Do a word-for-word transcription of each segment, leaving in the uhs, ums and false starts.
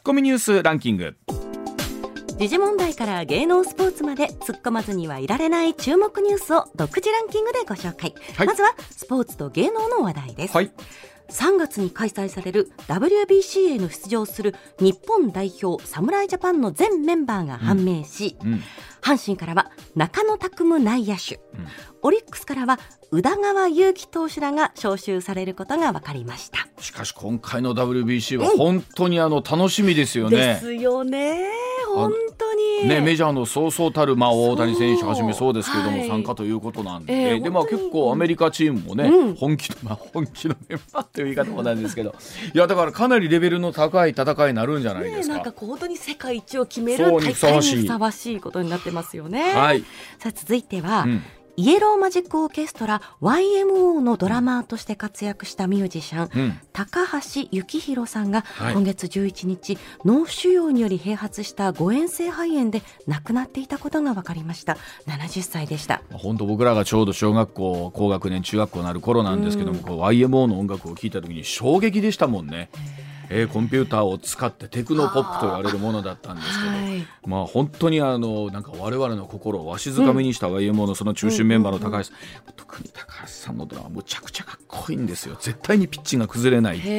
コミニュースランキング。 時事問題から芸能スポーツまで突っ込まずにはいられない注目ニュースを独自ランキングでご紹介、はい、まずはスポーツと芸能の話題です、はい、さんがつに開催される ダブリュービーシー への出場する日本代表侍ジャパンの全メンバーが判明し、うんうん、阪神からは中野拓夢内野手、うん、オリックスからは宇田川優希投手らが招集されることが分かりました。 しかし今回の ダブリュービーシー は本当にあの楽しみですよね。 ですよね、本当に、 ね、メジャーのそうそうたる、まあ、大谷選手はじめそうですけれども、はい、参加ということなんで、えー、でまあ、結構アメリカチームもね、うん、本気の、まあ、本気のメンバーという言い方もなんですけどいやだからかなりレベルの高い戦いになるんじゃないですか、 ね、なんかこう本当に世界一を決める大会にふさわしいことになってますよね、はい、さあ続いては、うんイエローマジックオーケストラ ワイエムオー のドラマーとして活躍したミュージシャン、うん、高橋幸宏さんが今月じゅういちにち、はい、脳腫瘍により併発した誤嚥性肺炎で亡くなっていたことが分かりました。ななじゅっさいでした。 本当僕らがちょうど小学校高学年中学校になる頃なんですけども、うん、こう ワイエムオー の音楽を聴いた時に衝撃でしたもんね。えー、コンピューターを使ってテクノポップと言われるものだったんですけど、はい、まあ、本当にあのなんか我々の心をわしづかみにした ワイエムオー のその中心メンバーの高橋さん、うんうんうん、特に高橋さんのドラマむちゃくちゃかっこいいんですよ。絶対にピッチが崩れないっていう、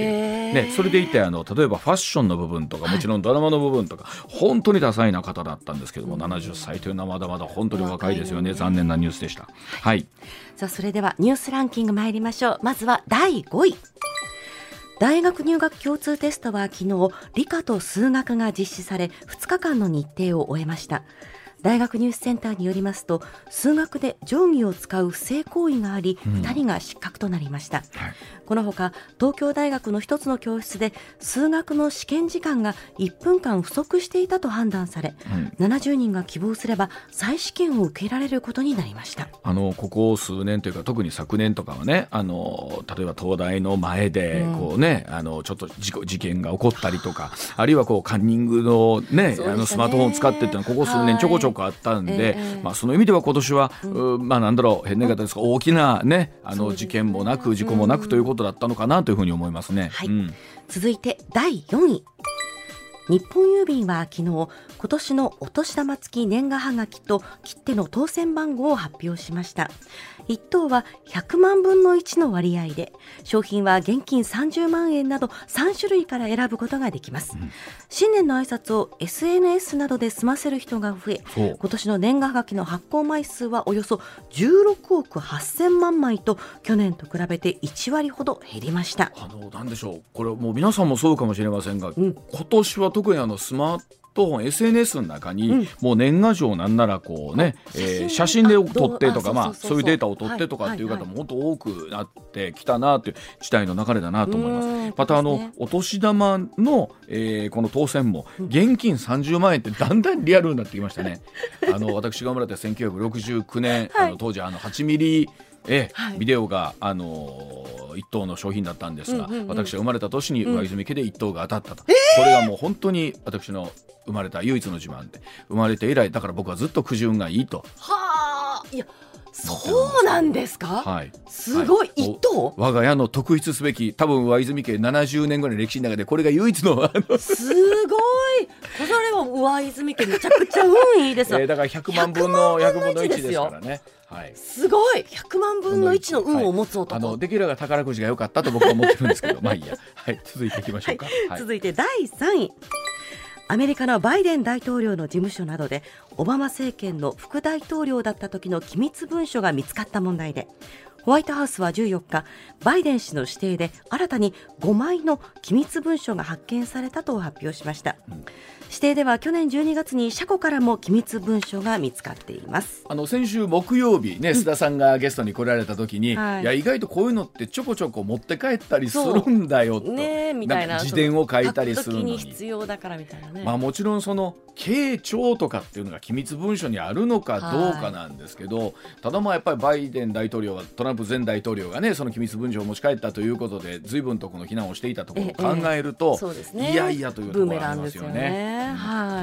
ね、それでいてあの例えばファッションの部分とかもちろんドラマの部分とか、はい、本当に多彩な方だったんですけども、うん、ななじゅっさいというのはまだまだ本当に若いですよね。残念なニュースでした、はい、 さあそれではニュースランキング参りましょう。まずはだいごい、大学入学共通テストは昨日理科と数学が実施されふつかかんの日程を終えました。大学入試センターによりますと数学で定規を使う不正行為があり、うん、ふたりが失格となりました、はい、このほか東京大学の一つの教室で数学の試験時間がいっぷんかん不足していたと判断され、うん、ななじゅうにんが希望すれば再試験を受けられることになりました。 あのここ数年というか特に昨年とかはね、あの例えば東大の前でこう、ね、うん、あのちょっと 事, 事件が起こったりとかあるいはこうカンニングの、ね、あのスマートフォンを使ってっていうのはここ数年ちょこちょこあったんで、えーまあ、その意味では今年は、うんまあ、なんだろう変な言い方ですが大きな、ね、あの事件もなく事故もなくということだったのかなというふうに思いますね、 はい、 うん、 続いてだいよんい、日本郵便は昨日今年のお年玉付き年賀はがきと切手の当選番号を発表しました。いっ等はひゃくまんぶんのいちの割合で商品は現金さんじゅうまんえんなどさんしゅるいから選ぶことができます、うん、新年の挨拶を エスエヌエス などで済ませる人が増え今年の年賀はがきの発行枚数はおよそじゅうろくおくはっせんまんまいと去年と比べていちわりほど減りました。 あのなんでしょうこれもう皆さんもそうかもしれませんが、うん、今年は特にあのスマートエスエヌエス の中に、うん、もう年賀状なんならこうね、えー、写真で撮ってとかまあそういうデータを撮ってとかっていう方も本当多くなってきたなという時代の流れだなと思います。またあのお年玉の、えー、この当選も現金さんじゅうまんえんってだんだんリアルになってきましたね。あの私が生まれたせんきゅうひゃくろくじゅうきゅうねん、はい、あの当時あのはちミリえはい、ビデオが、あのー、一等の商品だったんですが、うんうんうん、私が生まれた年に上泉家で一等が当たったと、うん、これがもう本当に私の生まれた唯一の自慢で生まれて以来だから僕はずっとくじ運がいいと。 はあ、いやそうなんですか、はい、すごい、はい、一等我が家の特筆すべき多分上泉家ななじゅうねんぐらいの歴史の中でこれが唯一の、 あのすごいそれは上泉家めちゃくちゃ運いいですよ、 えー、だからひゃくまんぶんのひゃくぶんのいちですからね、はい、 すごいひゃくまんぶんのいちの運を持つ男、 はい、あのできれば宝くじが良かったと僕は思ってるんですけどまあいいや、はい、続いていきましょうか、 はいはい、続いてだいさんい、アメリカのバイデン大統領の事務所などでオバマ政権の副大統領だった時の機密文書が見つかった問題でホワイトハウスはじゅうよっかバイデン氏の指定で新たにごまいの機密文書が発見されたと発表しました、うん、指定では去年じゅうにがつに車庫からも機密文書が見つかっています。 あの先週木曜日ね、須田さんがゲストに来られた時に、うんはい、いや意外とこういうのってちょこちょこ持って帰ったりするんだよと、 ね、みたいな自伝を書いたりするのに書く時に必要だからみたいなね、 まあ、もちろんその慶長とかっていうのが機密文書にあるのかどうかなんですけど、はい、ただまあやっぱりバイデン大統領はトランプ前大統領がねその機密文書を持ち帰ったということで随分とこの非難をしていたところを考えると、えええね、いやいやというところがありますよね。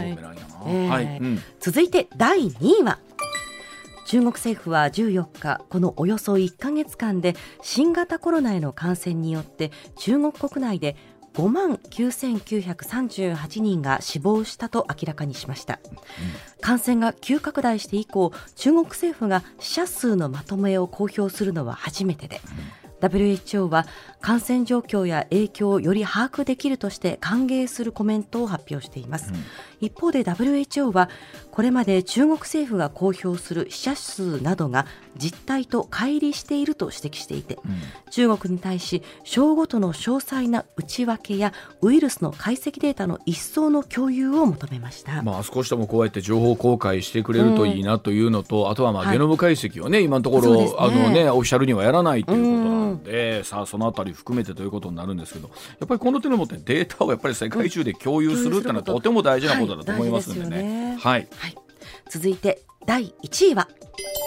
続いてだいにいは中国政府はじゅうよっかこのおよそいっかげつかんで新型コロナへの感染によって中国国内でごまんきゅうせんきゅうひゃくさんじゅうはちにんが死亡したと明らかにしました。感染が急拡大して以降、中国政府が死者数のまとめを公表するのは初めてで、ダブリューエイチオー は感染状況や影響をより把握できるとして歓迎するコメントを発表しています。うん、一方で ダブリューエイチオー はこれまで中国政府が公表する死者数などが実態と乖離していると指摘していて、うん、中国に対し省ごとの詳細な内訳やウイルスの解析データの一層の共有を求めました。 まあ、少しでもこうやって情報公開してくれるといいなというのと、うん、あとはまあゲノム解析をね、はい、今のところ、ね、あのね、オフィシャルにはやらないということなので、うん、さあそのあたり含めてということになるんですけど、やっぱりこの手のもってデータをやっぱり世界中で共有するってのはとても大事なことだと思いますのでね。はい、 はい、続いてだいいちいは、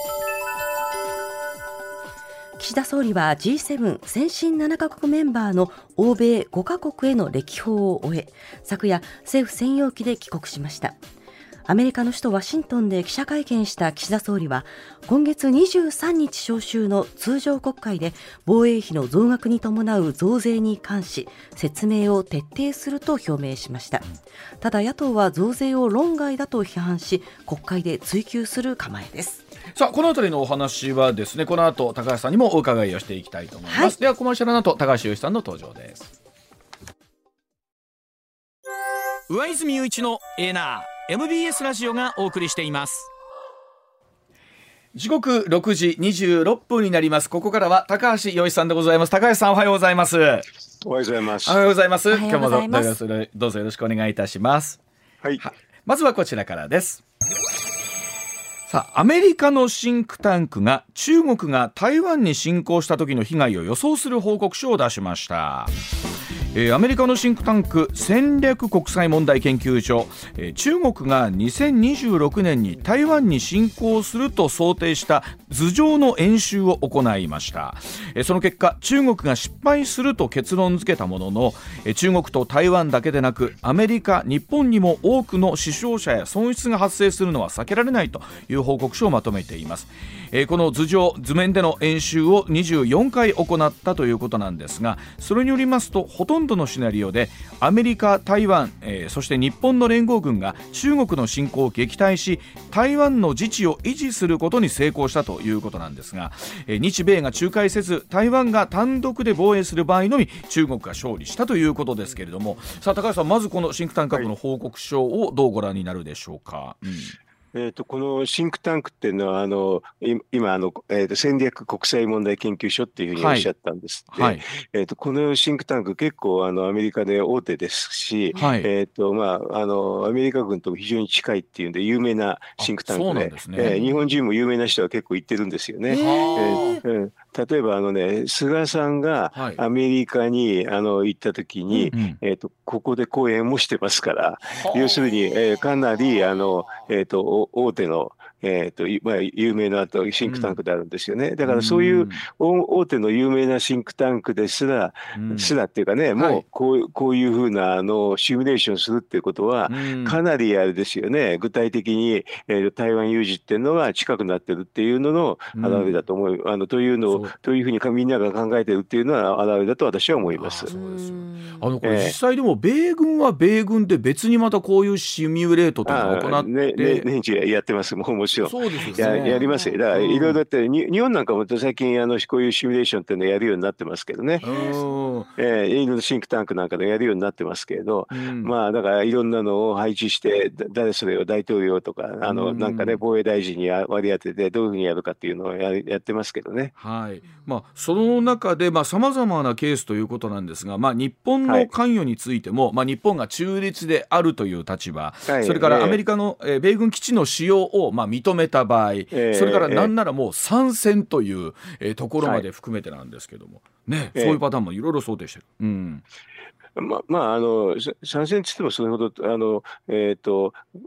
岸田総理は ジーセブン 先進ななカ国メンバーの欧米ごカ国への歴訪を終え、昨夜政府専用機で帰国しました。アメリカの首都ワシントンで記者会見した岸田総理は、今月にじゅうさんにち召集の通常国会で防衛費の増額に伴う増税に関し説明を徹底すると表明しました。ただ野党は増税を論外だと批判し、国会で追及する構えです。 さあこのあたりのお話はですね、この後高橋さんにもお伺いをしていきたいと思います。はい、ではコマーシャルの後、高橋洋一さんの登場です。 上泉雄一のエーナー エムビーエス ラジオがお送りしています。 時刻ろくじにじゅうろっぷんになります。ここからは高橋洋一さんでございます。高橋さん、おはようございます。おはようございます。 おはようございます。今日もどうぞどうぞよろしくお願いいたします。 はい、 はまずはこちらからです。さあ、アメリカのシンクタンクが中国が台湾に侵攻した時の被害を予想する報告書を出しました。えー、アメリカのシンクタンク戦略国際問題研究所、えー、中国がにせんにじゅうろくねんに台湾に侵攻すると想定した図上の演習を行いました。えー、その結果、中国が失敗すると結論付けたものの、えー、中国と台湾だけでなくアメリカ、日本にも多くの死傷者や損失が発生するのは避けられないという報告書をまとめています。えー、この図上図面での演習をにじゅうよんかい行ったということなんですが、それによりますとほとんどのシナリオでアメリカ、台湾、えー、そして日本の連合軍が中国の侵攻を撃退し、台湾の自治を維持することに成功したということなんですが、えー、日米が仲介せず台湾が単独で防衛する場合のみ中国が勝利したということですけれども、さあ高橋さん、まずこのシンクタンクの報告書をどうご覧になるでしょうか。うん、 えー、とこのシンクタンクっていうのはあの今あの、えー、と戦略国際問題研究所っていうふうにおっしゃったんですって、はいはい、えー、とこのシンクタンク結構あのアメリカで大手ですし、はい、えーとまあ、あのアメリカ軍とも非常に近いっていうんで有名なシンクタンク で, で、ねえー、日本人も有名な人は結構行ってるんですよね。えーえー例えばあの、ね、菅さんがアメリカに、はい、あの行った時に、うんうん、えー、とここで講演もしてますから、要するに、えー、かなりあの、えー、と大手のえーとまあ、有名なシンクタンクであるんですよね。だからそういう大手の有名なシンクタンクですら、うん、すらっていうかね、もうこう、こういうふうなあのシミュレーションするっていうことは、かなりあれですよね、具体的に、えー、台湾有事っていうのが近くなってるっていうのの表れだと思う、うん、あのというのをというふうにみんなが考えてるっていうのは表れだと私は思います。 あ、そうです。あのこれ実際でも米軍は米軍で別にまたこういうシミュレートとかを行って、ねね、 年中やってます。もうもちろんそうですよね、 や, やりますよ。だからいろいろってに日本なんかも最近あのこういうシミュレーションっていうのをやるようになってますけどね。えー、いろんなシンクタンクなんかでやるようになってますけれど、うん、まあだからいろんなのを配置して誰それを大統領とかあのなんかね防衛大臣に割り当ててどういうふうにやるかっていうのを や, やってますけどね。 はい。まあその中でまあ様々なケースということなんですが、まあ日本の関与についても、はい、まあ日本が中立であるという立場、はい、それからアメリカの、えー、米軍基地の使用をまあ認めた場合、えー、それからなんならもう参戦という、えー、ところまで含めてなんですけども、はい、ね、そういうパターンもいろいろ想定してる。うん。 ままあ、あの参戦といってもそれほどあの、えー、と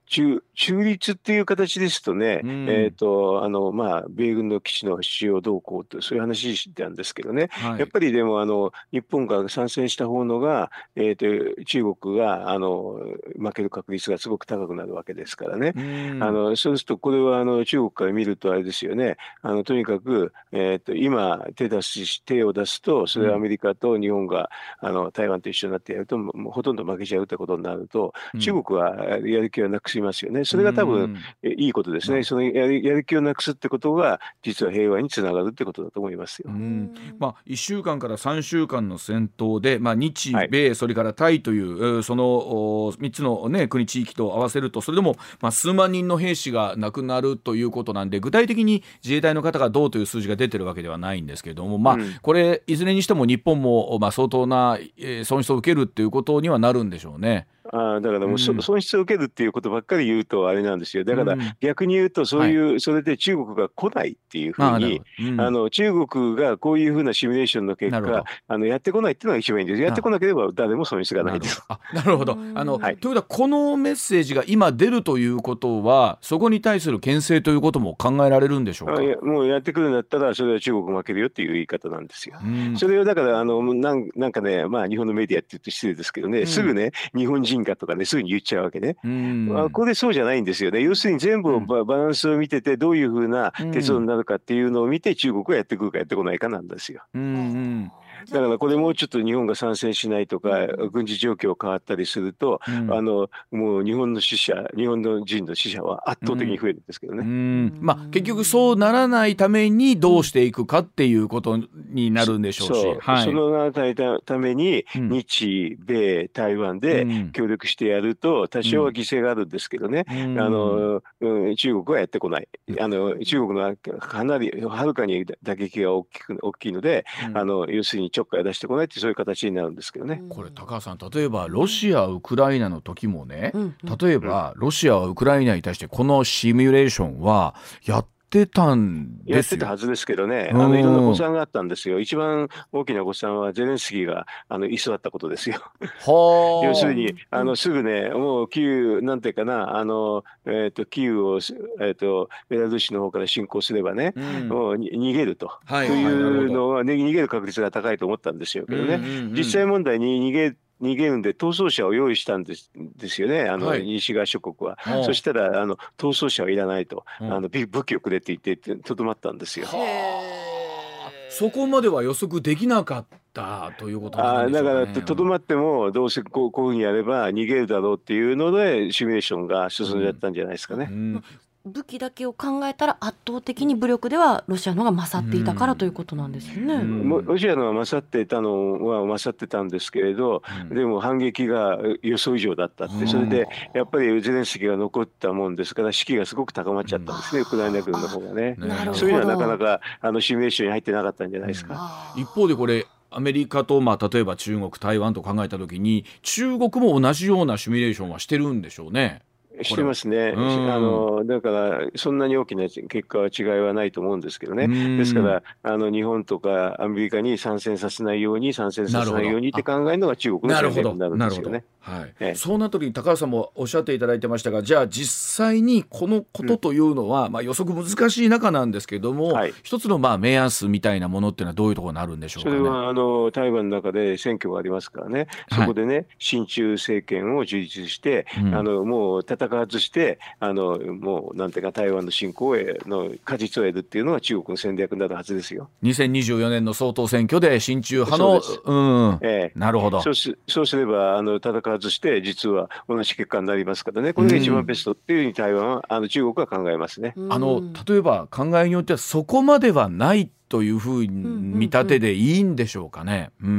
中中立っていう形ですとね、 うん、 えーとあのまあ、米軍の基地の使用動向とそういう話なんですけどね、はい、やっぱりでもあの日本が参戦した方のが、えーと、中国があの負ける確率がすごく高くなるわけですからね、うん、あのそうするとこれはあの中国から見るとあれですよね、あのとにかく、えーと、今手出し手を出すとそれはアメリカと日本が、うん、あの台湾と一緒になってやるともうほとんど負けちゃうってことになると、うん、中国はやる気はなくしますよね。それが多分、うん、いいことですね。そのやる、やる気をなくすってことが実は平和につながるってことだと思いますよ。 うん、まあ、いっしゅうかんからさんしゅうかんの戦闘で、まあ、日米、はい、それからタイというそのみっつの、ね、国地域と合わせるとそれでも、まあ、数万人の兵士が亡くなるということなんで具体的に自衛隊の方がどうという数字が出てるわけではないんですけれども、まあ、うん、これいずれにしても日本も、まあ、相当な、えー、損失を受けるっていうことにはなるんでしょうね。 あだからもう、うん、損失を受けるっていうことばっかり言うとあれなんですよ。だから逆に言うとそういう、はい、それで中国が来ないっていうふうに、うん、あの中国がこういうふうなシミュレーションの結果あのやってこないっていうのが一番いいんです。やってこなければ誰も損失がないです。 あなるほど。あの、はい、ということはこのメッセージが今出るということはそこに対する牽制ということも考えられるんでしょうか。 あいやもうやってくるんだったらそれは中国負けるよっていう言い方なんですよ。それをだからあのなん、なんかね、まあ、日本のメディアって言うと失礼ですけどね、うん、すぐね日本人かとかねすぐに言っちゃうわけね。まあ、これそうじゃないんですよね。要するに全部ババランスを見ててどういうふうな結論になるかっていうのを見て中国がやってくるかやってこないかなんですよ。うんうんだからこれもうちょっと日本が参戦しないとか軍事状況変わったりすると、うん、あのもう日本の死者日本の人の死者は圧倒的に増えるんですけどね、うんうんまあ、結局そうならないためにどうしていくかっていうことになるんでしょうし、 そう、はい、そのならないために日米台湾で協力してやると多少は犠牲があるんですけどね、うん、あのうん、中国はやってこない。あの中国のかなりはるかに打撃が大きく大きいので、うん、あの要するにちょっかい出してこないってそういう形になるんですけどね。 これ高橋さん例えばロシアウクライナの時もね、うん、例えばロシアはウクライナに対してこのシミュレーションはやってたんですよ。 やってたはずですけどね、あのいろんな誤算があったんですよ。一番大きな誤算はゼレンスキーがあの居座ったことですよ。要するにあのすぐねもうキーウなんていうかなあの、えー、とキーウを、えー、とベラルーシの方から侵攻すればね、うん、もう逃げると、はい、というのは、ね、逃げる確率が高いと思ったんですよけどね、うんうんうん、実際問題に逃げ逃げるんで逃走者を用意したんです、ですよね、あの、はい、西側諸国は。そしたらあの逃走者はいらないと、うん、あの武器をくれって言ってとどまったんですよ。 そこまでは予測できなかったということなんでしょうかね。 あだからとどまってもどうせこう、こういうふうにやれば逃げるだろうっていうのでシミュレーションが進んじゃったんじゃないですかね。うんうん武器だけを考えたら圧倒的に武力ではロシアの方が勝っていたからということなんですよね。 うん、ロシアのは勝っていたのは勝ってたんですけれど、うん、でも反撃が予想以上だったって、それでやっぱりゼレンスキーが残ったもんですから士気がすごく高まっちゃったんですね、うん、ウクライナ軍の方がね。そういうのはなかなかあのシミュレーションに入ってなかったんじゃないですか。 うん、一方でこれアメリカと、まあ、例えば中国台湾と考えたときに中国も同じようなシミュレーションはしてるんでしょうね。 してますね。あのだからそんなに大きな結果は違いはないと思うんですけどね。ですからあの日本とかアメリカに参戦させないように参戦させないようにって考えるのが中国の戦略になるんですよね。 はいええ、そうなった時に高橋さんもおっしゃっていただいてましたが、じゃあ実際にこのことというのは、うんまあ、予測難しい中なんですけども、はい、一つのまあ目安みたいなものっていうのはどういうところになるんでしょうかね。 それはあの台湾の中で選挙がありますからね、そこでね、はい、親中政権を樹立して、うん、あのもう戦わずしてあのもうなんていうか台湾の侵攻への果実を得るっていうのが中国の戦略になるはずですよ。 にせんにじゅうよねんの総統選挙で親中派のう、うんええ、なるほど。 そうす、そうすればあの戦わずして実は同じ結果になりますからね、これが一番ベストっていうふうに台湾はあの中国は考えますね。 あの例えば考えによってはそこまではないというふうに見立てでいいんでしょうかね。うん、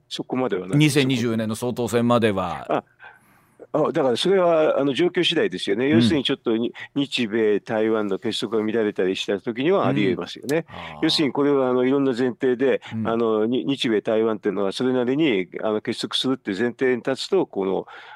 そこまではない。 にせんにじゅうよねんの総統選までは。 ああだからそれはあの状況次第ですよね。要するにちょっとに、うん、日米台湾の結束が乱れたりした時にはありえますよね。うん、要するにこれはあのいろんな前提で、うん、あの日米台湾っていうのはそれなりにあの結束するっていう前提に立つとこの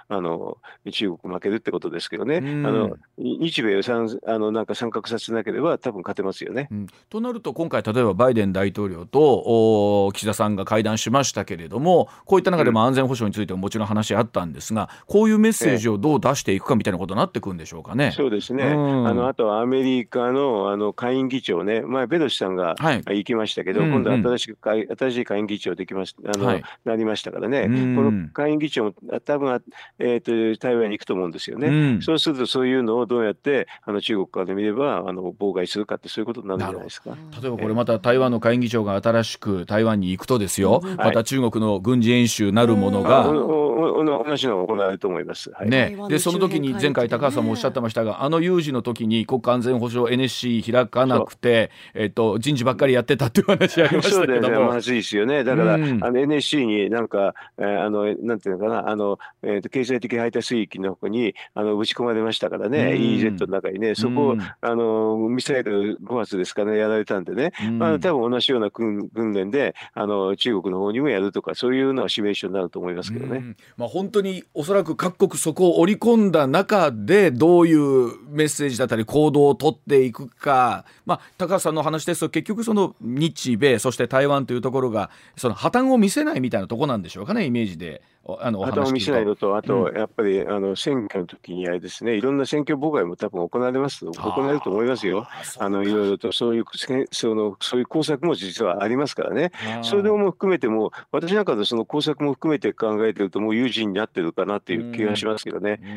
あの中国負けるってことですけどね、 うん、 あの日米をあのなんか参画させなければ多分勝てますよね。 うん、となると今回例えばバイデン大統領と岸田さんが会談しましたけれども、こういった中でも安全保障についてももちろん話あったんですが、こういうメッセージをどう出していくかみたいなことになってくるんでしょうかね。 そうですね、 うん、 あのあとはアメリカ の, あの下院議長ね、前ベロシさんが行きましたけど、はい、今度は新しく新しい下院議長できましあの、はい、なりましたからね、うん、この下院議長も多分、えー、と台湾に行くと思うんですよね、うん、そうするとそういうのをどうやってあの中国からで見ればあの妨害するかって、そういうことになるんじゃないですか。 例えばこれまた台湾の下院議長が新しく台湾に行くとですよ、また中国の軍事演習なるものが、 同じのが行われると思います、はい、 ね、でその時に前回高橋さんもおっしゃってましたが、あの有事の時に国家安全保障 エヌエスシー 開かなくて、えっと、人事ばっかりやってたっていう話ありましたけども、そうですね、 まずいですよね。だから、うん、あの エヌエスシー になんか、えー、あのなんていうのかな、あの、えー、と経済的排他水域の方にあの打ち込まれましたからね、うん、イーイーゼット の中にね、そこを、うん、あのミサイルご発ですかね、やられたんでね、うん、まあ、多分同じような訓練であの中国の方にもやるとか、そういうのはシミュレーションになると思いますけどね、うん、 まあ、本当におそらく各国そこを織り込んだ中でどういうメッセージだったり行動を取っていくか、まあ、高橋さんの話ですと結局その日米そして台湾というところがその破綻を見せないみたいなところなんでしょうかね、イメージで。あのお話聞いた破綻を見せないのと、あとやっぱり、うん、あの選挙の時にあれですね、いろんな選挙妨害も多分行われます行われると思いますよ。あのいろいろとそういうそのそういう工作も実はありますからね。それも含めても私なんかのその工作も含めて考えてるともう有事になってるかなっていう気がしますけどね。うん、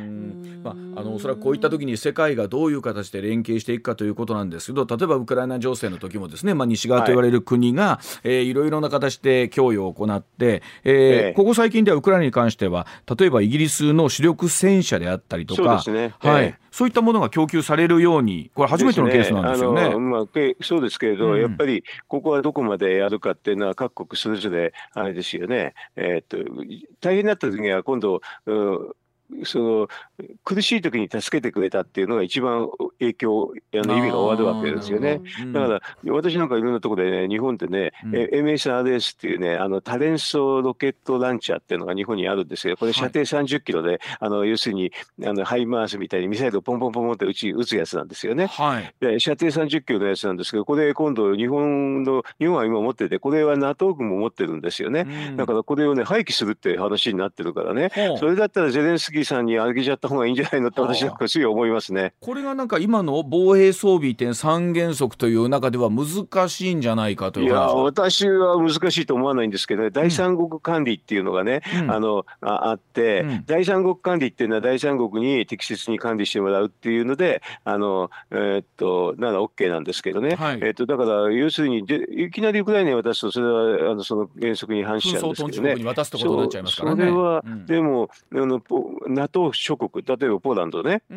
まあ、あのおそらくこういった時に世界がどういう形で連携していくかということなんですけど、例えばウクライナ情勢の時もですね、まあ、西側と言われる国が、はい、えー、いろいろな形で供与を行って、えーええ、ここ最近ではウクライナに関しては例えばイギリスの主力戦車であったりとか、 そうですね、 はい、 ええ、 そういったものが供給されるように、これ初めてのケースなんですよね。 あの、まあ、そうですけれど、うん、やっぱりここはどこまでやるかっていうのは各国それぞれあれですよね。えー、っと大変になった時には今度、うんその苦しい時に助けてくれたっていうのが一番影響あの意味が終わるわけですよね。うん、だから私なんかいろんなところでね、日本ってね、うん、エムエスアールエス っていうね、あの多連装ロケットランチャーっていうのが日本にあるんですけど、これ射程さんじゅっキロで、はい、あの要するにあのハイマースみたいにミサイルをポンポンポンポンって撃ち撃つやつなんですよね。はい、で射程さんじゅっキロのやつなんですけど、これ今度日本の日本は今持ってて、これは NATO 軍も持ってるんですよね。うん、だからこれをね廃棄するって話になってるからね、それだったらゼレンスキーさんにあげちゃった方がいいんじゃないのって私なんかすぐ思いますね。 これがなんか今の防衛装備移転三原則という中では難しいんじゃないかという話。 いや私は難しいと思わないんですけどね、第三国管理っていうのがね、うん、あの あ, あって、うん、第三国管理っていうのは第三国に適切に管理してもらうっていうのであの、えー、っとなら OK なんですけどね、はい、えー、っとだから要するにいきなりウクライナに渡すとそれはあのその原則に反しちゃうんですけどね。 紛争と中国に渡すってことになっちゃいますからね。 それは、 うん、 でもあの NATO 諸国例えばポーランドね、うん、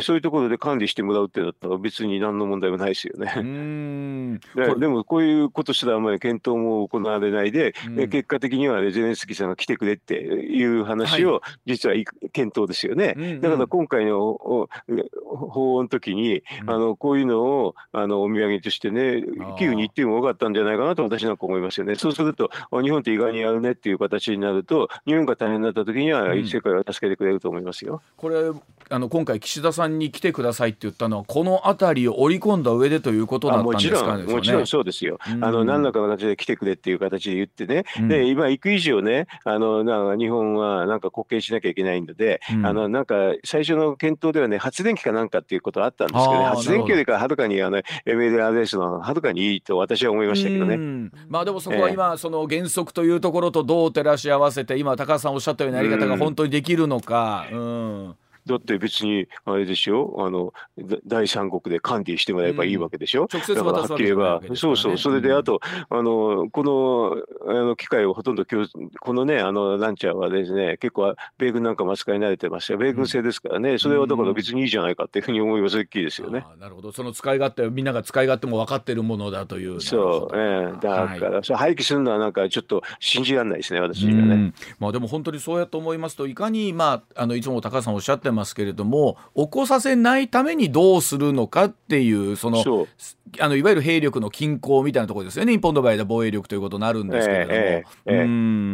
そういうところで管理してもらうってなったら別に何の問題もないですよね。うーんで, でもこういうことすらあまり検討も行われないで、うん、結果的には、ね、ゼレンスキーさんが来てくれっていう話を実は検討ですよね、はい、だから今回の訪問の時に、うん、あのこういうのをあのお土産としてねキーウに行ってもよかったんじゃないかなと私なんか思いますよね。そうすると日本って意外にやるねっていう形になると日本が大変になった時には世界は助けてくれると思いますよ。 これあの今回岸田さんに来てくださいって言ったのはこのあたりを織り込んだ上でということだったんですかね。 もちろん、もちろんそうですよ。うん、あの何らかの形で来てくれっていう形で言ってね、うん、で今行く以上ねあのなんか日本はなんか貢献しなきゃいけないので、うん、あのなんか最初の検討ではね発電機かなんかっていうことはあったんですけどね、発電機よりかはるかにあの エムエルアールエス のはるかにいいと私は思いましたけどね。うん、 まあでもそこは今、えー、その原則というところとどう照らし合わせて今高橋さんおっしゃったようなやり方が本当にできるのか。うんうんだって別にあれでしょあの第三国で管理してもらえばいいわけでしょ、 うん、直接渡すわけじゃないわけですからね。 そうそうそれであと、うん、あのこのあの機械をほとんどこのねあのランチャーはですね結構米軍なんかも扱い慣れてますよ。米軍製ですからね、うん、それはだから別にいいじゃないかっていうふうに思います大きいですよね。 あなるほどその使い勝手みんなが使い勝手も分かっているものだという。 そう、えー、だから、はい、それ廃棄するのはなんかちょっと信じられないですね私にはね。 うんまあ、でも本当にそうやって思いますといかに、まあ、あのいつも高橋さんおっしゃってますけれども起こさせないためにどうするのかっていうそのあのいわゆる兵力の均衡みたいなところですよね。日本の場合は防衛力ということになるんですけれども、えーえーえー、うーん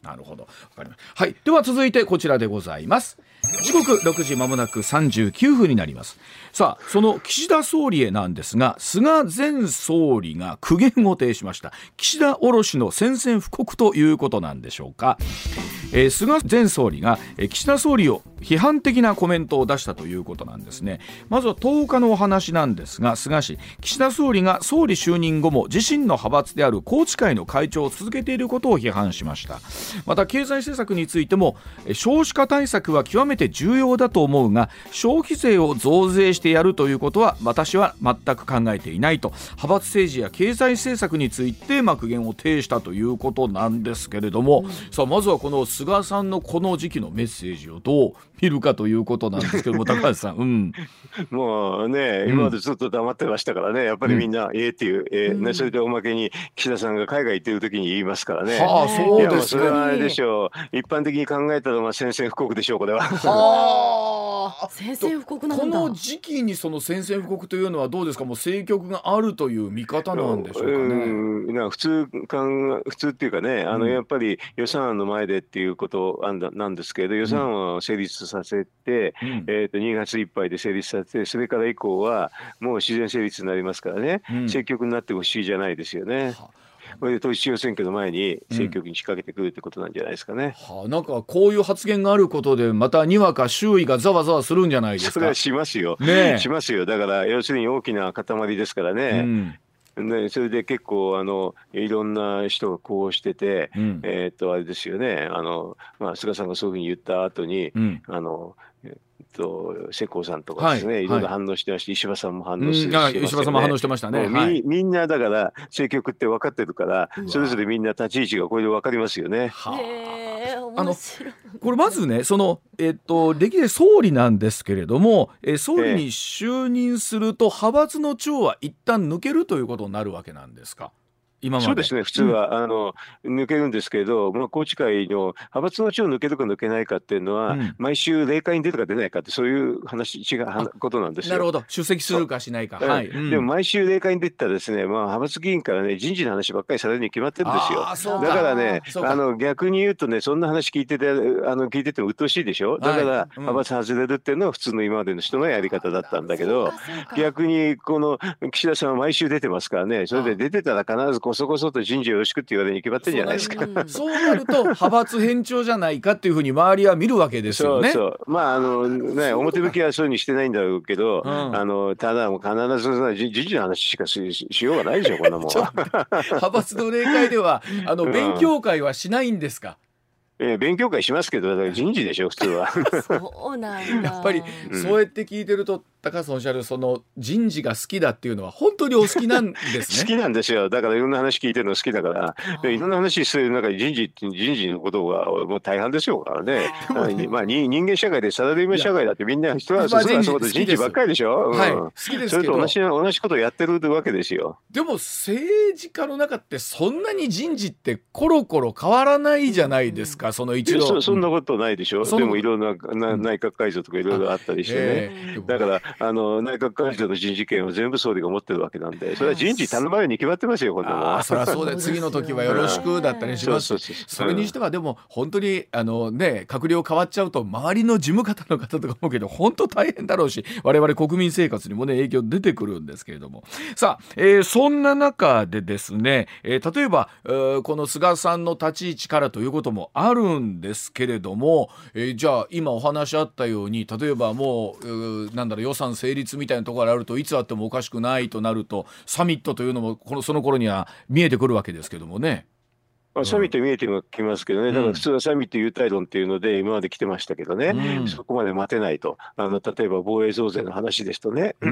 なるほど、わかりました。はい、では続いてこちらでございます。時刻ろくじまもなくさんじゅうきゅうふんになります。さあ、その岸田総理へなんですが、菅前総理が苦言を呈しました。岸田おろしの宣戦布告ということなんでしょうか。えー、菅前総理が、えー、岸田総理を批判的なコメントを出したということなんですね。まずはとおかのお話なんですが、菅氏、岸田総理が総理就任後も自身の派閥である宏池会の会長を続けていることを批判しました。また経済政策についても、少子化対策は極めて重要だと思うが、消費税を増税してやるということは私は全く考えていないと、派閥政治や経済政策について苦言を呈したということなんですけれども、うん、さあまずはこの菅さんのこの時期のメッセージをどう見るかということなんですけども、高橋さん、うん、 もうね、今までずっと黙ってましたからね、やっぱりみんな、うん、ええっていう、えーね、それでおまけに岸田さんが海外行ってる時に言いますからね。 はあ、そうですね。 いや、それはあれでしょう。一般的に考えたらまあ宣戦布告でしょう、これは。 はあ、宣戦布告なんだ。 この時期にその宣戦布告というのはどうですか。もう政局があるという見方なんでしょうかね。 うん、なんか普通感普通っていうかね、あのやっぱり予算案の前でっていうことなんですけど、予算案を成立させて、うん、えー、とにがついっぱいで成立させて、それから以降はもう自然成立になりますからね、うん、政局になってほしいじゃないですよね。これで統一地方選挙の前に政局に仕掛けてくるってことなんじゃないですかね。 うん、はあ、なんかこういう発言があることでまたにわか周囲がざわざわするんじゃないですか。 それはしますよ、 ね、 しますよ。だから要するに大きな塊ですからね、うん、ね、それで結構あのいろんな人がこうしてて、うん、えー、っとあれですよね、あの、まあ、菅さんがそういうふうに言った後に、うん、あのと世耕さんとかですね、はい、いろいろ反応してまして、石破さんも反応してましたね。 石破さんも反応してましたね。 み、はい、みんなだから政局って分かってるから、それぞれみんな立ち位置がこれで分かりますよね。 はあ、あのこれまずね、その、えっと、歴代総理なんですけれども、え総理に就任すると派閥の長は一旦抜けるということになるわけなんですか。今までそうですね、普通は、うん、あの抜けるんですけど、まあ、宏池会の派閥の長を抜けるか抜けないかっていうのは、うん、毎週例会に出るか出ないかって、そういう話違うことなんですよ。 なるほど、出席するかしないか、はい、うん、 でも毎週例会に出てたらですね、まあ、派閥議員からね、人事の話ばっかりされるに決まってるんですよ。 あ、そうか。だからね、あの逆に言うとね、そんな話聞いてて、あの聞いてても鬱陶しいでしょ。だから、はい、派閥外れるっていうのは普通の今までの人のやり方だったんだけど、逆にこの岸田さんは毎週出てますからね、それで出てたら必ずこそこそと人事よろしくって言われに決まってるんじゃないですか。 そうなると派閥偏重じゃないかっていうふうに周りは見るわけですよね。 そうそう、まああのね、表向きはそういうふうにしてないんだろうけど、うん、あのただもう必ず人事の話しか し, しようがないでしょ、こんなもん。 派閥の例会ではあの勉強会はしないんですか。 えー、勉強会しますけど、だから人事でしょ普通は。 そうなんだ。 やっぱりそうやって聞いてると、高橋さんおっしゃるその人事が好きだっていうのは本当にお好きなんですね。 好きなんですよ。だからいろんな話聞いてるの好きだから、でいろんな話する中で人事人事のことがもう大半ですよからね。まあ人間社会でサラリーマン社会だってみんな人はそうそうそう人事ばっかりでしょ。 はい、好きですけど、それと同じ同じことをやってるわけですよ。 でも政治家の中ってそんなに人事ってコロコロ変わらないじゃないですか。その一度そ, そんなことないでしょ。でもいろんなな内閣改造とかいろいろあったりしてね、えー、だからあの内閣改造の人事権を全部総理が持ってるわけなんで、それは人事頼まれに決まってますよ、こんなもん。 あ、そりゃそうで次の時はよろしくだったりしますし、それにしてはでも本当にあの、ね、閣僚変わっちゃうと周りの事務方の方とか思うけど本当大変だろうし、我々国民生活にも、ね、影響出てくるんですけれども、さあ、えー、そんな中でですね、えー、例えば、えー、この菅さんの立ち位置からということもあるんですけれども、えー、じゃあ今お話あったように例えばもうなんだろう予算成立みたいなところがあるといつあってもおかしくないとなると、サミットというのもこのその頃には見えてくるわけですけどもね。 まあ、サミット見えてきますけどね、うん、だから普通はサミット優待論っていうので今まで来てましたけどね、うん、そこまで待てないと、あの例えば防衛増税の話ですとね、うん、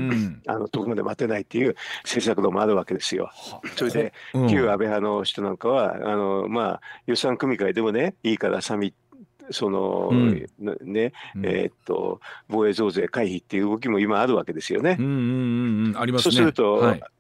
あのそこまで待てないっていう政策論もあるわけですよ。それで、うん、旧安倍派の人なんかはあの、まあ、予算組み会でもねいいからサミットその、うん、ね、うん、えー、っと防衛増税回避っていう動きも今あるわけですよね。 うんうんうん、ありますね。 そうすると、はい、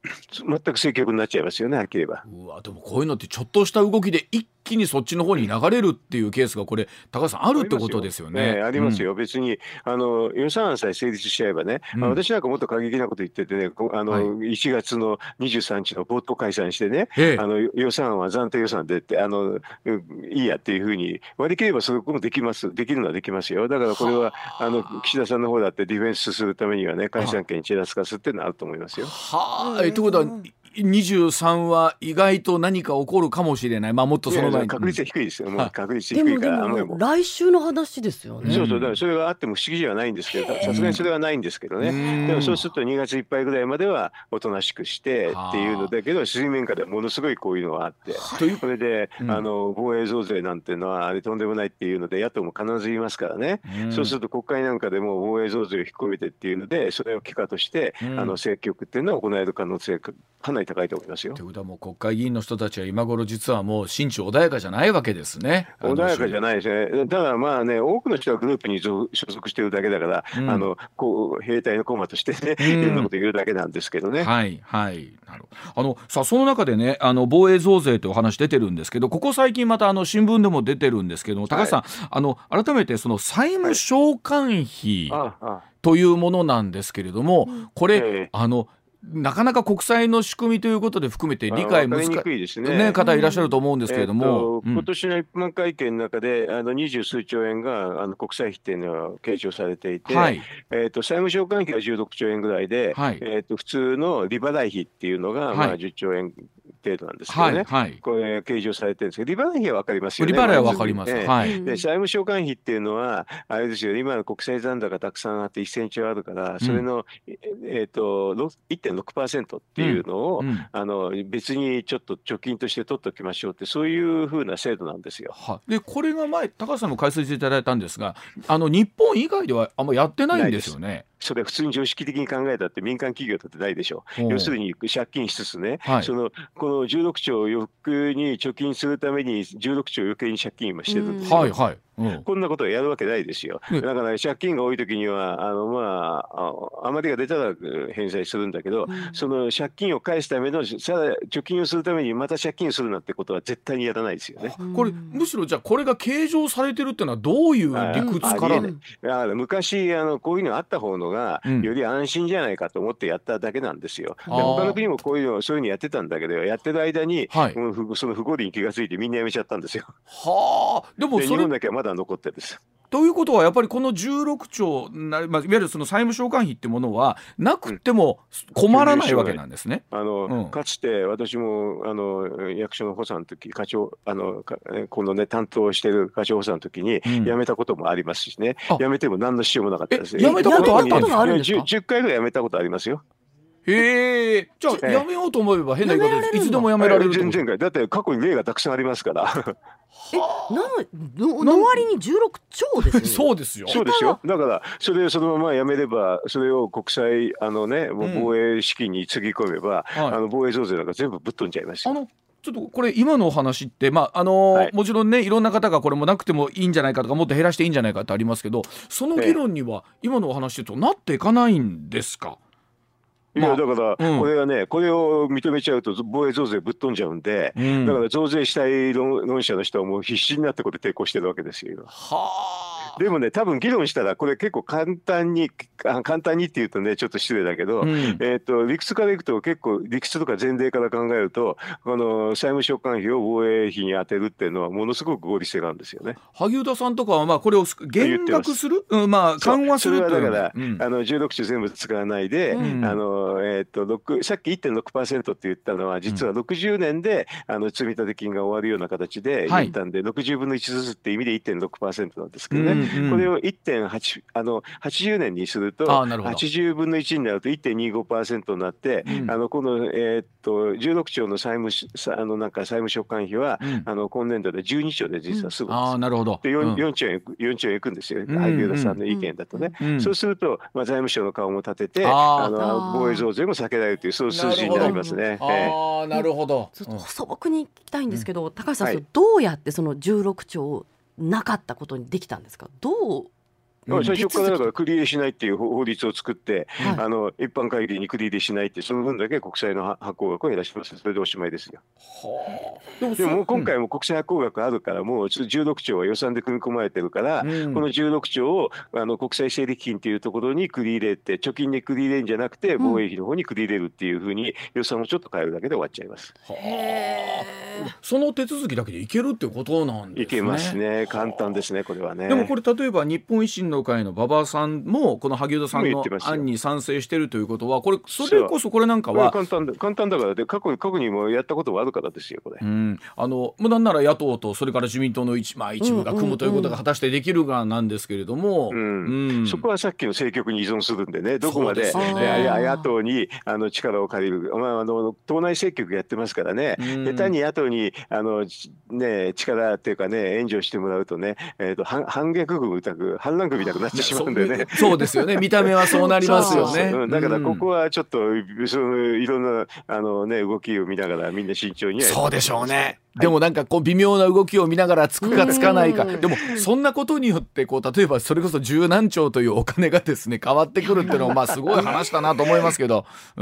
全く政局になっちゃいますよね、はっきり言えば。 うわ、でもこういうのってちょっとした動きで一気にそっちの方に流れるっていうケースがこれ高橋さんあるってことですよね。 ありますよ、別にあの予算案さえ成立しちゃえばね、まあ、私なんかもっと過激なこと言っててね、あの、はい、いちがつのにじゅうさんにちの冒頭解散してね、あの予算案は暫定予算でってあのいいやっていうふうに割り切ればそこもできます、できるのはできますよ。だからこれはあの岸田さんの方だってディフェンスするためにはね、解散権ちらつかすっていうのはあると思いますよ。 はあ、えということはにじゅうさんは意外と何か起こるかもしれない。まあもっとその前に確率は低いですよ。もう確率低いから。 でもでも来週の話ですよね。 そうそう、だからそれがあっても不思議じゃないんですけど、さすがにそれはないんですけどね。でもそうするとにがついっぱいぐらいまではおとなしくしてっていうのだけど、水面下でものすごいこういうのがあって、それで、うん、あの防衛増税なんていうのはあれとんでもないっていうので野党も必ず言いますからね。そうすると国会なんかでも防衛増税を引っ込めてっていうので、それを機会として、うん、あの政局っていうのは行える可能性がかなり高いと思いますよ。 ということはもう国会議員の人たちは今頃実はもう心中穏やかじゃないわけですね。 穏やかじゃないですね。ただまあね、多くの人はグループに所属しているだけだから、うん、あのこう兵隊の駒としてね、うん、いろんなこと言うだけなんですけどね。 はいはいなるほど。あのさあその中でね、あの防衛増税というお話出てるんですけど、ここ最近またあの新聞でも出てるんですけども、高橋さん、はい、あの改めてその債務償還費というものなんですけれども、はい、これ、えー、あのなかなか国債の仕組みということで含めて理解難しいですね、ね方いらっしゃると思うんですけれども、 うんえー、今年の一般会計の中であの二十数兆円があの国債費っていうのは計上されていて、はいえー、と債務償還費がじゅうろくちょうえんぐらいで、はいえー、と普通の利払い費っていうのが、まあ、じゅっちょうえん程度なんですけどね、はいはい、これ計上されてるんですけど、利払い費は分かりますよね。 利払いは分かります、 ねはい、で債務償還費っていうのはあれですよ、今の国債残高たくさんあってせんちょうあるから、それの、うんえー、と いってんろくパーセント っていうのを、うんうん、あの別にちょっと貯金として取っておきましょうって、そういうふうな制度なんですよ。 はでこれが前高橋さんも解説していただいたんですが、あの日本以外ではあんまやってないんですよね。 それ普通に常識的に考えたって民間企業だってないでしょう。要するに借金しつつね、はい、そのこのじゅうろくちょう余計に貯金するためにじゅうろくちょう余計に借金今してるんですよ、はいはいうん、こんなことをやるわけないですよ。だから、ね、借金が多い時にはあの、まあ、余りが出たら返済するんだけど、うん、その借金を返すためのさら貯金をするためにまた借金するなんてことは絶対にやらないですよね。 これむしろじゃあこれが計上されてるっていうのはどういう理屈から、ね、 あ昔あのこういうのあった方のがより安心じゃないかと思ってやっただけなんですよ。で他の国もこういうのそういうのやってたんだけど、やってる間に、はい、その不合理に気がついてみんなやめちゃったんですよ。 はあ、でもそれで日本だけはまだ残ってるんです。 ということはやっぱりこのじゅうろくちょう、まあ、いわゆるその債務償還費ってものはなくても困らないわけなんですね。 あの、うん、かつて私もあの役所の補佐の時課長あのこのね担当している課長補佐の時に辞めたこともありますしね、うん、辞めても何の支障もなかったですね。 辞めたことあったんですか？ じゅう, じゅっかいぐらい辞めたことありますよ。 へえ、じゃあやめようと思えば変な言い方です。いつでもやめられる。 全然だって過去に例がたくさんありますから。 えなの割にじゅうろくちょうですね。 そうですよ。 そうですよ。だからそれをそのままやめれば、それを国債あのね防衛資金につぎ込めば、うんはい、あの防衛増税なんか全部ぶっ飛んじゃいますよ。 あのちょっとこれ今のお話って、まああのーはい、もちろんねいろんな方がこれもなくてもいいんじゃないかとかもっと減らしていいんじゃないかってありますけど、その議論には今のお話となっていかないんですか？ いやだからこれはね、うん、これを認めちゃうと防衛増税ぶっ飛んじゃうんで、うん、だから増税したい 論, 論者の人はもう必死になってこれ抵抗してるわけですよ。はあ。でもね多分議論したらこれ結構簡単に簡単にっていうとねちょっと失礼だけど、うん、えー、と理屈からいくと結構理屈とか前例から考えるとこの債務償還費を防衛費に当てるっていうのはものすごく合理性があるんですよね。 萩生田さんとかはまあこれを減額する、うん、まあ緩和するという。それはだから、うん、あのじゅうろくちょう全部使わないで、うん、あのえー、とさっき いってんろくパーセント って言ったのは実はろくじゅうねんで、うん、あの積立金が終わるような形で言ったんで、はい、ろくじゅうぶんのいちずつって意味で いってんろくパーセント なんですけどね、うんうん、これを いってんはち あのはちじゅうねんにするとはちじゅうぶんのいちになると いってんにじゅうごパーセント になって、うん、あのこの、えー、っとじゅうろくちょうの債務あのなんか債務償還費は、うん、あの今年度でじゅうにちょうで実はすぐです、うん、あなるほどで 4, 4, 兆円よんちょうえんいくんですよ、萩生田さんの意見だとね、うんうん、そうすると、まあ、財務省の顔も立ててああの防衛増税も避けられるというそういう数字になりますね。 ああなるほど。 ちょっと素朴に聞きたいんですけど、うん、高橋さん、はい、どうやってそのじゅうろくちょうなかったことにできたんですか？どううん、最初からだから繰り入れしないっていう法律を作って、 はい、 あの一般会計に繰り入れしないって、その分だけ国債の発行額を減らします。それでおしまいですよ。 はあ、でもでももう今回も、 も国債発行額あるから、もうじゅうろくちょうは予算で組み込まれてるから、 うんうん、 このじゅうろくちょうをあの国債整理金っていうところに繰り入れて、貯金で繰り入れるんじゃなくて、防衛費の方に繰り入れるっていうふうに予算をちょっと変えるだけで終わっちゃいます。 はあ、その手続きだけでいけるってことなんですね。 いけますね。簡単ですね、これはね。 でもこれ例えば日本維新の会の馬場さんもこの萩生田さんの案に賛成しているということは、これそれこそこれなんかは簡単だ簡単だからで、過去過去にもやったこともあるからですよ、これ。 うん、あの無難なら野党とそれから自民党の一、まあ、一部が組むということが果たしてできるがなんですけれども、 うんうん、そこはさっきの政局に依存するんでね、どこまで、 でね、 野党にあの力を借りる、まあ、あの党内政局やってますからね、うん、下手に野党にあの、ね、力っていうかね、援助してもらうとね、えー、と反反逆軍たく反乱軍みたくなってしまうんでね。 そうですよね、見た目はそうなりますよね。 そうそうそう、だからここはちょっと、うん、そのいろんなあの、ね、動きを見ながらみんな慎重にやる。 そうでしょうね。でもなんかこう微妙な動きを見ながらつくかつかないか、でもそんなことによってこう例えばそれこそ十何兆というお金がですね変わってくるっていうのはまあすごい話だなと思いますけど、うん、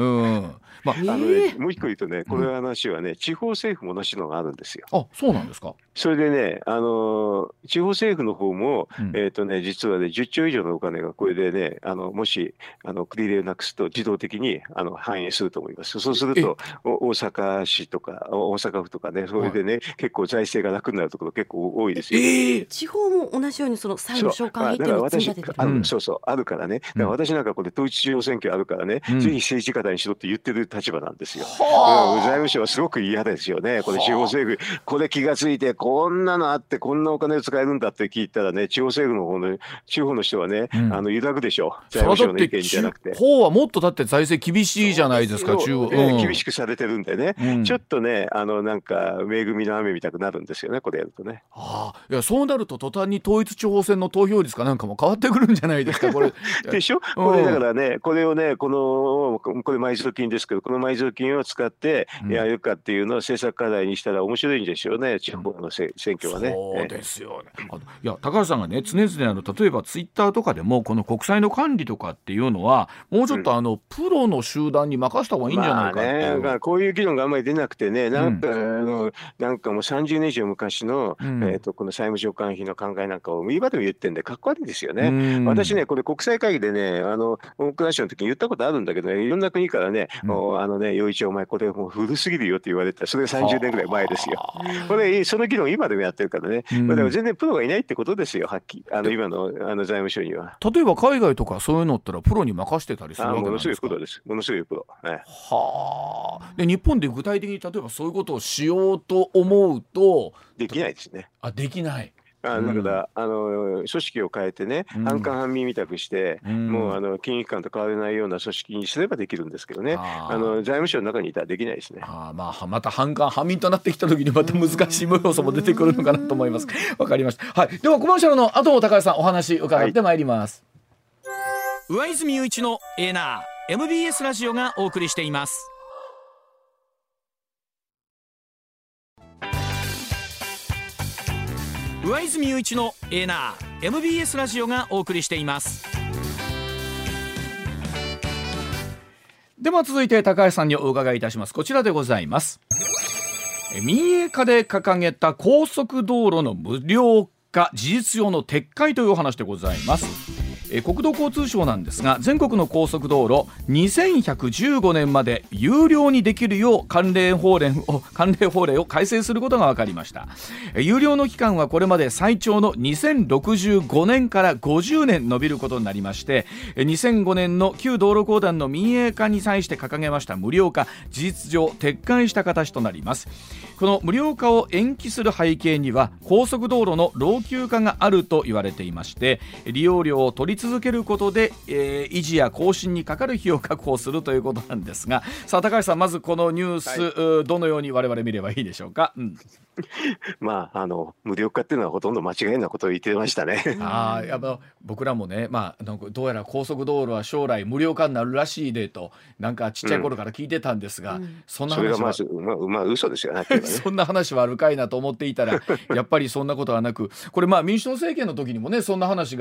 まあ、あのね、もう一個言うとね、この話はね、うん、地方政府も同じのがあるんですよ。 あ、そうなんですか。 それでね、あの地方政府の方も、うん、えーとね、実はねじゅっちょう以上のお金がこれでね、あのもしあの繰り入れをなくすと自動的にあの反映すると思います。そうすると大阪市とか大阪府とかね、それでね、はい、結構財政が楽になるところ結構多いですよ。 えー、地方も同じようにその債務償還費っていうのを積み立ててる、 うん、そうそうあるからね。だから私なんかこれ統一地方選挙あるからね、うん、ぜひ政治家にしろって言ってる立場なんですよ。うん、財務省はすごく嫌ですよね。これ地方政府これ気がついてこんなのあってこんなお金を使えるんだって聞いたらね、地方政府の方の地方の人はね、うん、あの揺らぐでしょ。財務省の意見じゃなくて。 地方はもっとだって財政厳しいじゃないですか。中央、 ね、うん、厳しくされてるんでね、うん、ちょっとねあのなんか恵みの雨みたくなるんですよね、これやるとね。 ああ、いやそうなると途端に統一地方選の投票率かなんかも変わってくるんじゃないですか、これ。 でしょ、これだからね、これをね、このこれ埋蔵金ですけど、この埋蔵金を使ってやるかっていうのを政策課題にしたら面白いんでしょうね、地方の選挙はね。 そうですよね。あのいや高橋さんがね常々あの例えばツイッターとかでもこの国債の管理とかっていうのはもうちょっとあの、うん、プロの集団に任せた方がいいんじゃないかっていう、 まあね、こういう議論があんまり出なくてね、なんか、うん、あのなんかもうさんじゅうねん以上昔の、うんえー、とこの債務償還費の考えなんかを今でも言ってんでかっこ悪いですよね。うん、私ねこれ国際会議でねあの文科省の時に言ったことあるんだけど、ね、いろんな国からね、うん、あのね陽一お前これもう古すぎるよって言われた、それがさんじゅうねんぐらい前ですよ。これその議論今でもやってるからね、うん、だから全然プロがいないってことですよ、はっきりあの今の、あの財務省には。 例えば海外とかそういうのったらプロに任せてたりするわけなんですか。 ものすごいプロです、ものすごいプロ、ね、 はあ。で日本で具体的に例えばそういうことをしようと思うとできないですね。 あ、できない。 あだから、うん、あの組織を変えてね、うん、半官半民みたくして、うん、もうあの金融機関と変わらないような組織にすればできるんですけどね、ああの財務省の中にいたらできないですね。 あ、まあ、また半官半民となってきた時にまた難しい要素も出てくるのかなと思います。わかりました、はい、ではコマーシャルの後も高橋さんお話伺ってまいります、 はい、上泉雄一のエーナー エムビーエス ラジオがお送りしています。上泉雄一のエーナー エムビーエス ラジオがお送りしています。 では続いて高橋さんにお伺いいたします。こちらでございます。民営化で掲げた高速道路の無料化事実上の撤回というお話でございます。え国土交通省なんですが、全国の高速道路にせんひゃくじゅうごねんまで有料にできるよう関連法令を関連法令を改正することが分かりました。有料の期間はこれまで最長のにせんろくじゅうごねんからごじゅうねん延びることになりまして、にせんごねんの旧道路公団の民営化に際して掲げました無料化事実上撤回した形となります。この無料化を延期する背景には高速道路の老朽化があると言われていまして、利用料を取り続けることで、えー、維持や更新にかかる費用を確保するということなんですが、さあ高橋さん、まずこのニュース、はい、どのように我々見ればいいでしょうか。うん、 まああの無料化っていうのはほとんど間違いなことを言ってましたね。 あやっぱ僕らもね、まあ、なんかどうやら高速道路は将来無料化になるらしいでとなんかちっちゃい頃から聞いてたんですが、うん、そんな話はそれがまあ、まあ、まあ嘘ですよね。 そんな話はあるかいなと思っていたらやっぱりそんなことはなく、これまあ民主党政権の時にもねそんな話があっ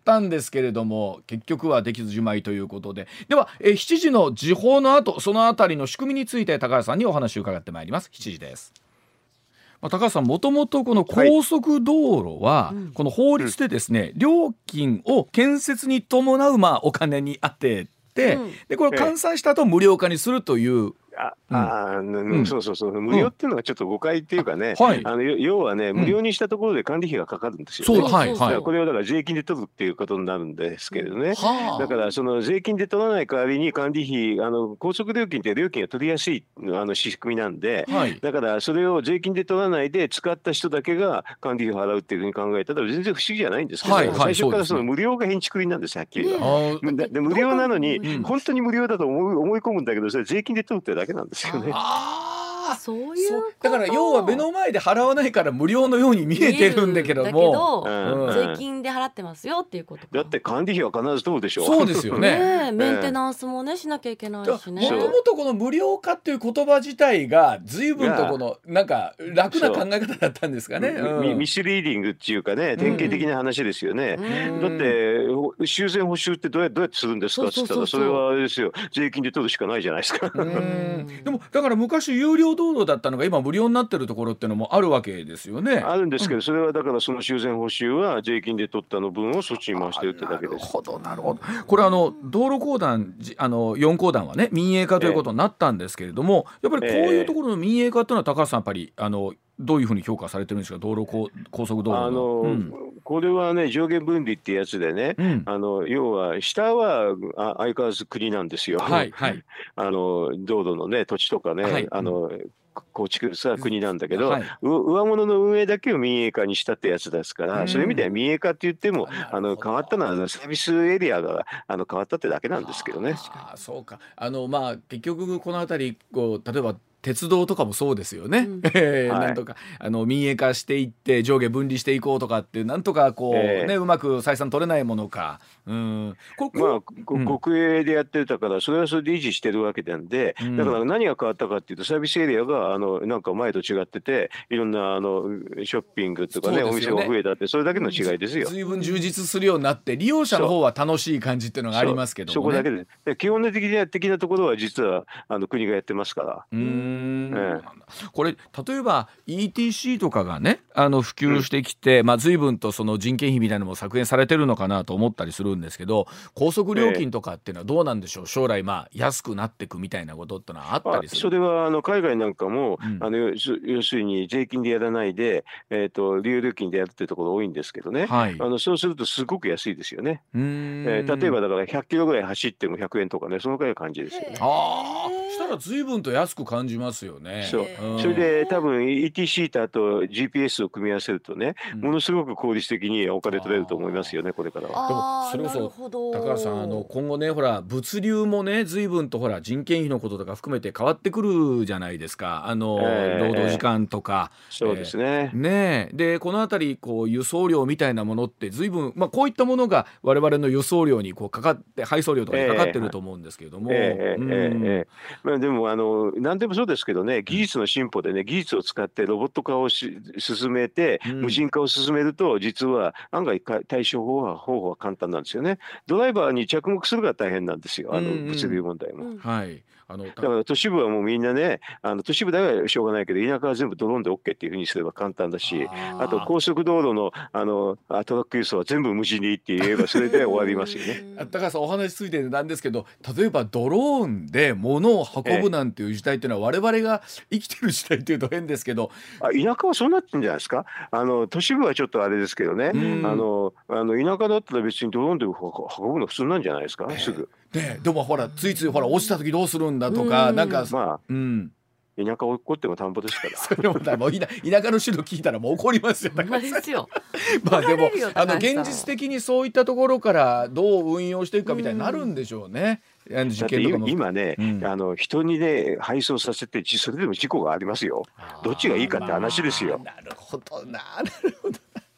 ったんですけれども結局はできずじまいということで、ではえしちじの時報の後そのあたりの仕組みについて高橋さんにお話を伺ってまいります。しちじです。まあ、高橋さん、もともとこの高速道路はこの法律でですね、うん、料金を建設に伴うまあお金に当てて、うん、でこれを換算した後無料化にするというああ、うん、そうそうそう、無料っていうのがちょっと誤解っていうかね、うん、はい、あの要はね、無料にしたところで管理費がかかるんですよね。そう、はいはい、これをだから税金で取るっていうことになるんですけれどね、はあ、だからその税金で取らない代わりに管理費、あの高速料金って料金が取りやすいあの仕組みなんで、はい、だからそれを税金で取らないで使った人だけが管理費を払うっていうふうに考えたら全然不思議じゃないんですけど、はいはい、最初からその無料が変築になんです、はっきりは。で, で無料なのに、うん、本当に無料だと思い、思い込むんだけど、それ税金で取るってだけなんですよね。 あ、そういうこと。 だから要は目の前で払わないから無料のように見えてるんだけども、 だけど、うん、税金で払ってますよっていうことか。 だって管理費は必ず取るでしょ。 そうですよね。 ね、メンテナンスもねしなきゃいけないしね。 もともとこの無料化っていう言葉自体が随分とこのなんか楽な考え方だったんですかね。 うん、ミスリーディングっていうかね、典型的な話ですよね。うん、だって修繕補修ってどうやどうやってするんですかって言ったら、それはあれですよ、税金で取るしかないじゃないですか。 うんでもだから昔有料道路だったのが今無料になってるところっていうのもあるわけですよね。 あるんですけど、うん、それはだからその修繕補修は税金で取ったの分をそっちに回してるってだけです。なるほどなるほど。これあの道路公団あのよん公団はね民営化ということになったんですけれども、えー、やっぱりこういうところの民営化っていうのは高橋さんやっぱりあのどういうふうに評価されてるんですか。道路高、高速道路の、あの、うん、 これはね上下分離ってやつでね、うん、あの要は下はあ相変わらず国なんですよ、はいはい、あの道路のね土地とかね、はい、あの、うん構築さ国なんだけど、はい、上物の運営だけを民営化にしたってやつですから、うん、そういう意味では民営化って言ってもあの変わったのはサービスエリアがあの変わったってだけなんですけどね。 あ、そうか。あの、まあ、結局この辺りこう例えば鉄道とかもそうですよね、うんえーはい、なんとかあの民営化していって上下分離していこうとかってなんとかこう、えーね、うまく採算取れないものか、うんこまあ、うん、国営でやってたからそれはそれで維持してるわけなんで、うん、だから何が変わったかっていうとサービスエリアがあのなんか前と違ってていろんなあのショッピングとか ね, ねお店が増えたってそれだけの違いですよ。 随分充実するようになって利用者の方は楽しい感じっていうのがありますけども、ね、 そ, そこだけで、で基本的な的なところは実はあの国がやってますから。うーん、ええこれ例えば イーティーシー とかがねあの普及してきて、うんまあ、随分とその人件費みたいなのも削減されてるのかなと思ったりするんですけど高速料金とかっていうのはどうなんでしょう。将来まあ安くなっていくみたいなことってのはあったりする。 それはあの海外なんかも、うん、あの要するに税金でやらないで、えー、と利用料金でやるっていうところ多いんですけどね、はい、あのそうするとすごく安いですよね。うーん、えー、例えばだからひゃっキロぐらい走ってもひゃくえんとかねそのくらいの感じですよね。 ああしたら随分と安く感じますよね。 そうそれで多分 イーティーシー とあと ジーピーエス を組み合わせるとね、うん、ものすごく効率的にお金取れると思いますよねこれからは。 でもそれこそ高橋さんあの今後ねほら物流もね随分とほら人件費のこととか含めて変わってくるじゃないですか。あの、えー、労働時間とか、 えー、そうですね、 えー、ねでこのあたりこう輸送料みたいなものって随分、まあ、こういったものが我々の輸送料にこうかかって配送料とかにかかってると思うんですけれども、えーえーえーえーまあ、でもあの何でもそうですけどね技術の進歩でね技術を使ってロボット化をし進めて、うん、無人化を進めると実は案外対処法は方法は簡単なんですよね。ドライバーに着目するが大変なんですよあの物流問題も、うんうん、はいあのだから都市部はもうみんなねあの都市部だけはしょうがないけど田舎は全部ドローンで OK っていうふうにすれば簡単だし あ, あと高速道路 の, あのトラック輸送は全部無人でいいって言えばそれで終わりますよね。 高橋さんお話ついてなんですけど例えばドローンで物を運ぶなんていう時代っていうのは、ええ、我々が生きてる時代っていうと変ですけどあ田舎はそうなってるんじゃないですか。あの都市部はちょっとあれですけどねあのあの田舎だったら別にドローンで運ぶの普通なんじゃないですか、えー、すぐね、でもほらついついほら落ちた時どうするんだとか、うん、なんかまあ、うん、田舎を怒っても田んぼですからそれもだもう田舎の種類聞いたらもう怒りますよ。 まあですよまあでもあの現実的にそういったところからどう運用していくかみたいになるんでしょうね。 うん、だって今ね、うん、あの人にね配送させてそれでも事故がありますよ。どっちがいいかって話ですよ。 なるほどなるほど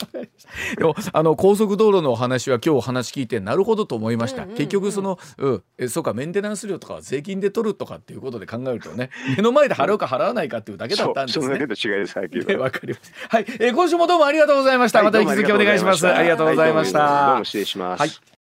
でもあの高速道路のお話は今日お話聞いてなるほどと思いました、うんうんうん、結局その、うん、えそうかメンテナンス料とかは税金で取るとかっていうことで考えるとね目の前で払うか払わないかっていうだけだったんですね。 そ, そのだけの違いです。はい、 ね、わかりました、はい。えー、今週もどうもありがとうございました、はい、また引き続きお願いします。ありがとうございました。 はい、どうも失礼します。 はい。